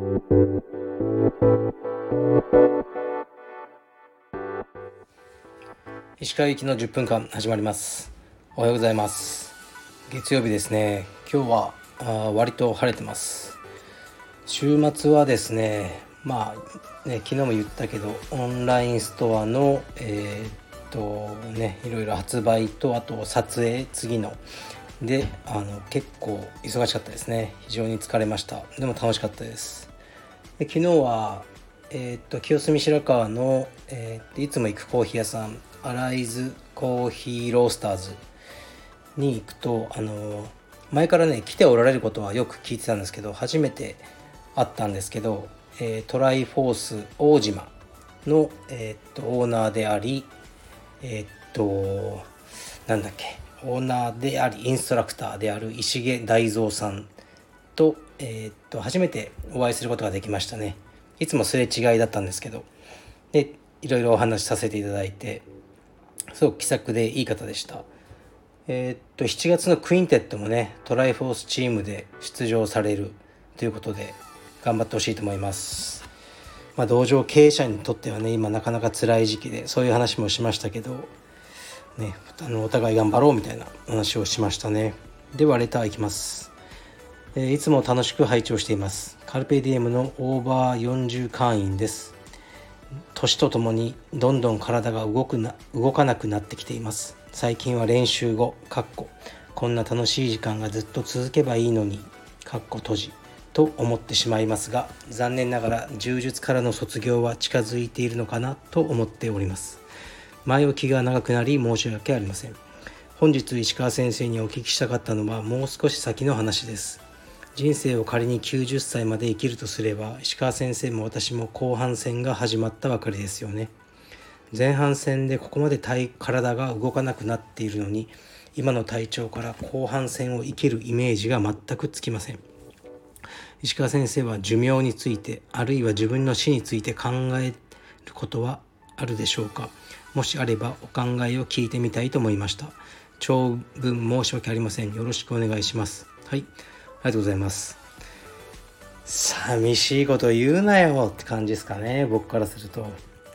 石川行きの10分間始まります。おはようございます。月曜日ですね。今日は割と晴れてます。週末はですね、昨日も言ったけどオンラインストアのいろいろ発売と、あと撮影次ので結構忙しかったですね。非常に疲れました。でも楽しかったです。で昨日は清澄白河の、いつも行くコーヒー屋さん、アライズコーヒーロースターズに行くと、前からね来ておられることはよく聞いてたんですけど、初めて会ったんですけど、トライフォース大島の、オーナーであり、オーナーでありインストラクターである石毛大蔵さんと、初めてお会いすることができましたね。いつもすれ違いだったんですけど、でいろいろお話しさせていただいて、すごく気さくでいい方でした。7月のクインテットもね、トライフォースチームで出場されるということで頑張ってほしいと思います。道場経営者にとってはね、今なかなか辛い時期で、そういう話もしましたけどね、お互い頑張ろうみたいな話をしましたね。ではレターいきます。いつも楽しく拝聴しています。カルペディエムのオーバー40会員です。年とともにどんどん体が動かなくなってきています。最近は練習後こんな楽しい時間がずっと続けばいいのに閉じと思ってしまいますが、残念ながら柔術からの卒業は近づいているのかなと思っております。前置きが長くなり申し訳ありません。本日石川先生にお聞きしたかったのはもう少し先の話です。人生を仮に90歳まで生きるとすれば、石川先生も私も後半戦が始まったばかりですよね。前半戦でここまで体が動かなくなっているのに、今の体調から後半戦を生きるイメージが全くつきません。石川先生は寿命について、あるいは自分の死について考えることはあるでしょうか。もしあればお考えを聞いてみたいと思いました。長文申し訳ありません。よろしくお願いします。はい、ありがとうございます。寂しいこと言うなよって感じですかね、僕からすると。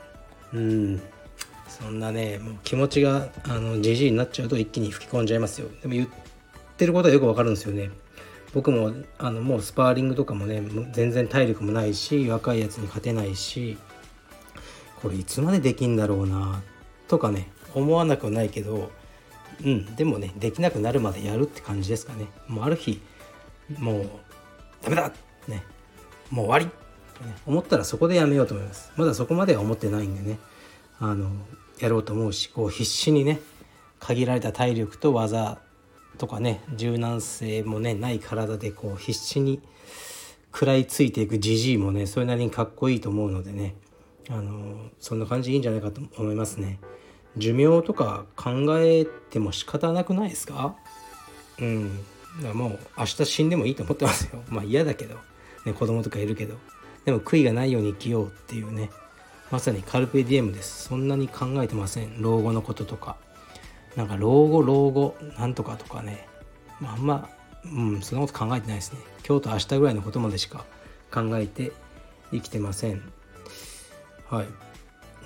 そんなね、もう気持ちがじじいになっちゃうと一気に吹き込んじゃいますよ。でも言ってることはよくわかるんですよね。僕ももうスパーリングとかもね、全然体力もないし、若いやつに勝てないし、これいつまでできんだろうなとかね、思わなくはないけど、でもね、できなくなるまでやるって感じですかね。もうある日もうダメだね、もう終わりとね、思ったらそこでやめようと思います。まだそこまでは思ってないんでね、やろうと思うし、こう必死にね、限られた体力と技とかね、柔軟性もねない体でこう必死に食らいついていくじじいもね、それなりにかっこいいと思うのでね、そんな感じでいいんじゃないかと思いますね。寿命とか考えても仕方なくないですか？だからもう明日死んでもいいと思ってますよ。嫌だけど、ね、子供とかいるけど、でも悔いがないように生きようっていうね、まさにカルペディエムです。そんなに考えてません。老後のこととか、なんか老後なんとかとかね、そんなこと考えてないですね。今日と明日ぐらいのことまでしか考えて生きてません。はい。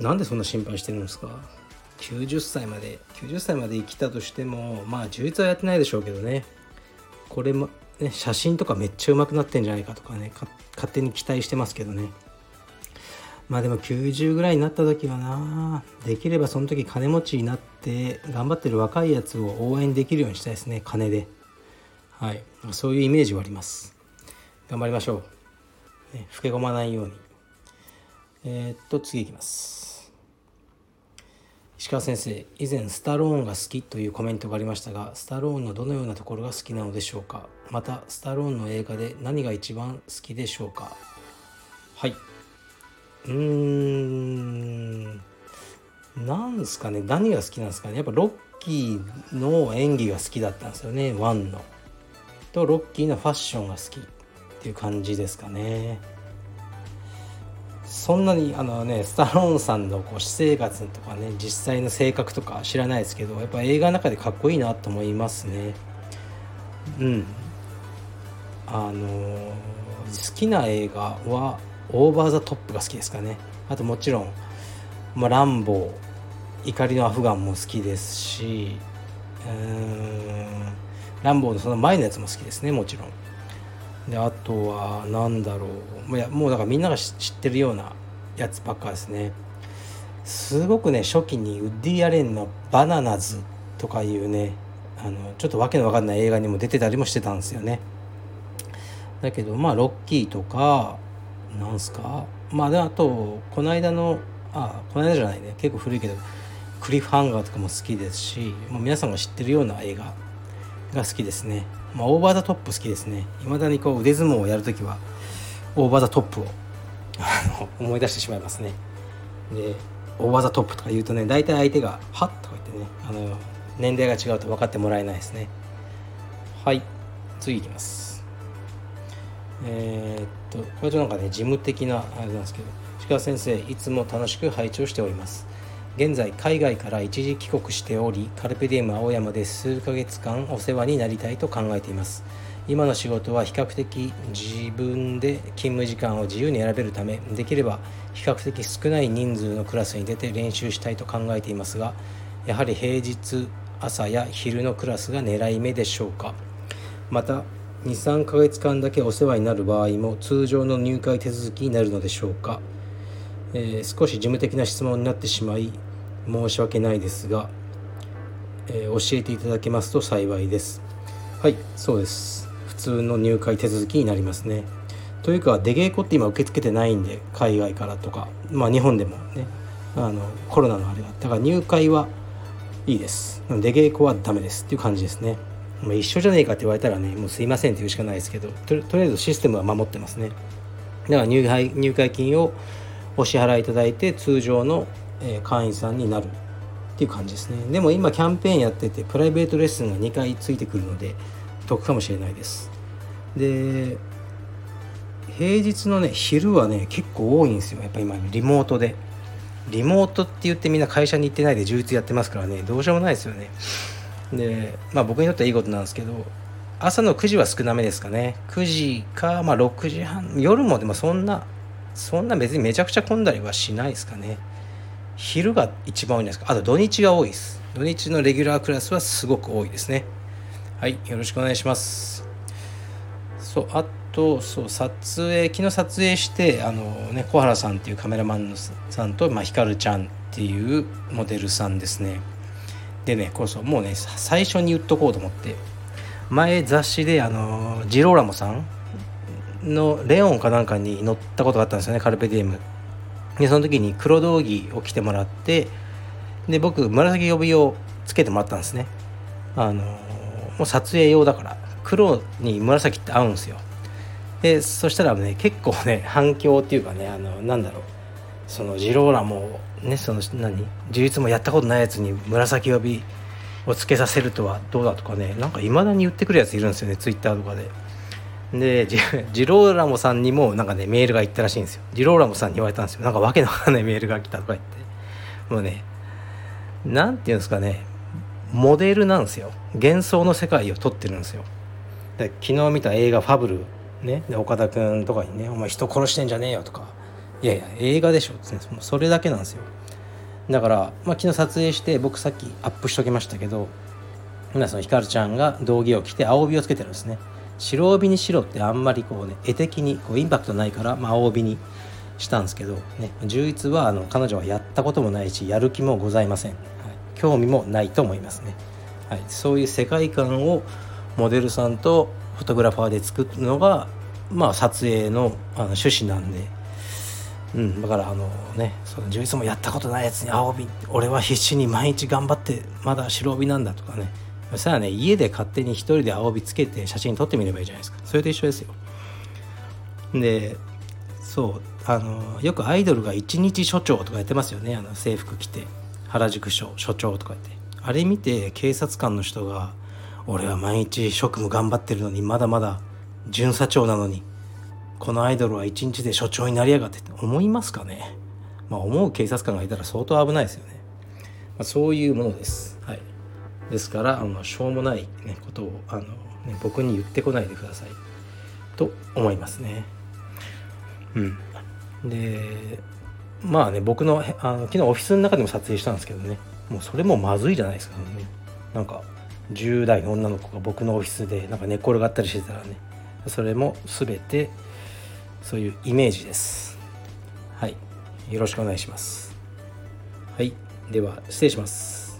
なんでそんな心配してるんですか？90歳まで生きたとしても、充実はやってないでしょうけどね、これもね、写真とかめっちゃ上手くなってんじゃないかとかね、勝手に期待してますけどね。でも90ぐらいになった時はな、できればその時金持ちになって頑張ってる若いやつを応援できるようにしたいですね、金で。はい、そういうイメージはあります。頑張りましょう、ね、老け込まないように。次いきます。石川先生、以前スタローンが好きというコメントがありましたが、スタローンのどのようなところが好きなのでしょうか。またスタローンの映画で何が一番好きでしょうか。はい、なんですかね、何が好きなんですかね。やっぱロッキーの演技が好きだったんですよね、1のと。ロッキーのファッションが好きっていう感じですかね。そんなにスタローンさんの私生活とかね、実際の性格とか知らないですけど、やっぱ映画の中でかっこいいなと思いますね。 好きな映画はオーバーザトップが好きですかね。あともちろん、ランボー、怒りのアフガンも好きですし、ランボーのその前のやつも好きですね、もちろん。であとはなんだろう、もうだからみんなが知ってるようなやつばっかですね。すごくね、初期にウッディ・アレンのバナナズとかいうね、ちょっとわけのわかんない映画にも出てたりもしてたんですよね。だけどロッキーとかなんすか、であとこの間じゃないね、結構古いけどクリフハンガーとかも好きですし、もう皆さんが知ってるような映画が好きですね。オーバーザトップ好きですね。未だにこう腕相撲をやるときはオーバーザトップを思い出してしまいますね。でオーバーザトップとか言うとね、大体相手がはっとか言ってね、年齢が違うと分かってもらえないですね。はい、次いきます。これとなんかね、事務的なあれなんですけど、石川先生、いつも楽しく拝聴しております。現在海外から一時帰国しており、カルペディエム青山で数ヶ月間お世話になりたいと考えています。今の仕事は比較的自分で勤務時間を自由に選べるため、できれば比較的少ない人数のクラスに出て練習したいと考えていますが、やはり平日朝や昼のクラスが狙い目でしょうか。また 2,3 ヶ月間だけお世話になる場合も通常の入会手続きになるのでしょうか。少し事務的な質問になってしまい申し訳ないですが、教えていただけますと幸いです。はい、そうです。普通の入会手続きになりますね。というか出稽古って今受け付けてないんで、海外からとか、日本でもね、コロナのあれがだから入会はいいです。出稽古はダメですっていう感じですね。一緒じゃねえかって言われたらね、もうすいませんって言うしかないですけど、とりあえずシステムは守ってますね。だから入会金をお支払いいただいて通常の会員さんになるっていう感じですね。でも今キャンペーンやっててプライベートレッスンが2回ついてくるので得かもしれないです。で平日のね昼はね結構多いんですよ。やっぱ今リモートって言ってみんな会社に行ってないで充実やってますからね、どうしようもないですよね。で僕にとってはいいことなんですけど、朝の9時は少なめですかね。9時か6時半、夜もでもそんな別にめちゃくちゃ混んだりはしないですかね。昼が一番多いんですか。あと土日が多いです。土日のレギュラークラスはすごく多いですね。はい、よろしくお願いします。あと昨日撮影して小原さんっていうカメラマンさんとひかるちゃんっていうモデルさんですね。でね、もうね最初に言っとこうと思って、前雑誌でジローラモさんのレオンかなんかに載ったことがあったんですよね、カルペディエムで。その時に黒道着を着てもらって、で僕紫帯をつけてもらったんですね。もう撮影用だから黒に紫って合うんですよ。でそしたらね結構ね反響っていうかね、そのジローラモね、呪術もやったことないやつに紫帯をつけさせるとはどうだとかね、いまだに言ってくるやついるんですよね、ツイッターとかで。でジローラモさんにもメールが行ったらしいんですよ。ジローラモさんに言われたんですよ。わけのわかんないメールが来たとか言って、もうねなんていうんですかね、モデルなんですよ。幻想の世界を撮ってるんですよ。で昨日見た映画ファブルね、で岡田君とかにね、お前人殺してんじゃねえよとか、いやいや映画でしょって、それだけなんですよ。だから昨日撮影して僕さっきアップしときましたけど、そのひかるちゃんが道着を着て青帯をつけてるんですね。白帯に白ってあんまり絵的にインパクトないから、青帯にしたんですけどね。充実は彼女はやったこともないしやる気もございません、興味もないと思いますね。そういう世界観をモデルさんとフォトグラファーで作るのが撮影の趣旨なんで、だからその充実もやったことないやつに青帯、俺は必死に毎日頑張ってまだ白帯なんだとかね、そしたらね家で勝手に一人で青帯つけて写真撮ってみればいいじゃないですか。それと一緒ですよ。でよくアイドルが一日署長とかやってますよね。制服着て原宿署長とか言って、あれ見て警察官の人が俺は毎日職務頑張ってるのにまだまだ巡査長なのにこのアイドルは一日で署長になりやがってって思いますかね。思う警察官がいたら相当危ないですよね。そういうものです。ですからしょうもない、ことを僕に言ってこないでください。 と思いますね。でまあね、僕の昨日オフィスの中でも撮影したんですけどね、もうそれもまずいじゃないですかね。なんか10代の女の子が僕のオフィスでなんか寝っ転がったりしてたらね、それも全てそういうイメージです。はい、よろしくお願いします。はい、では失礼します。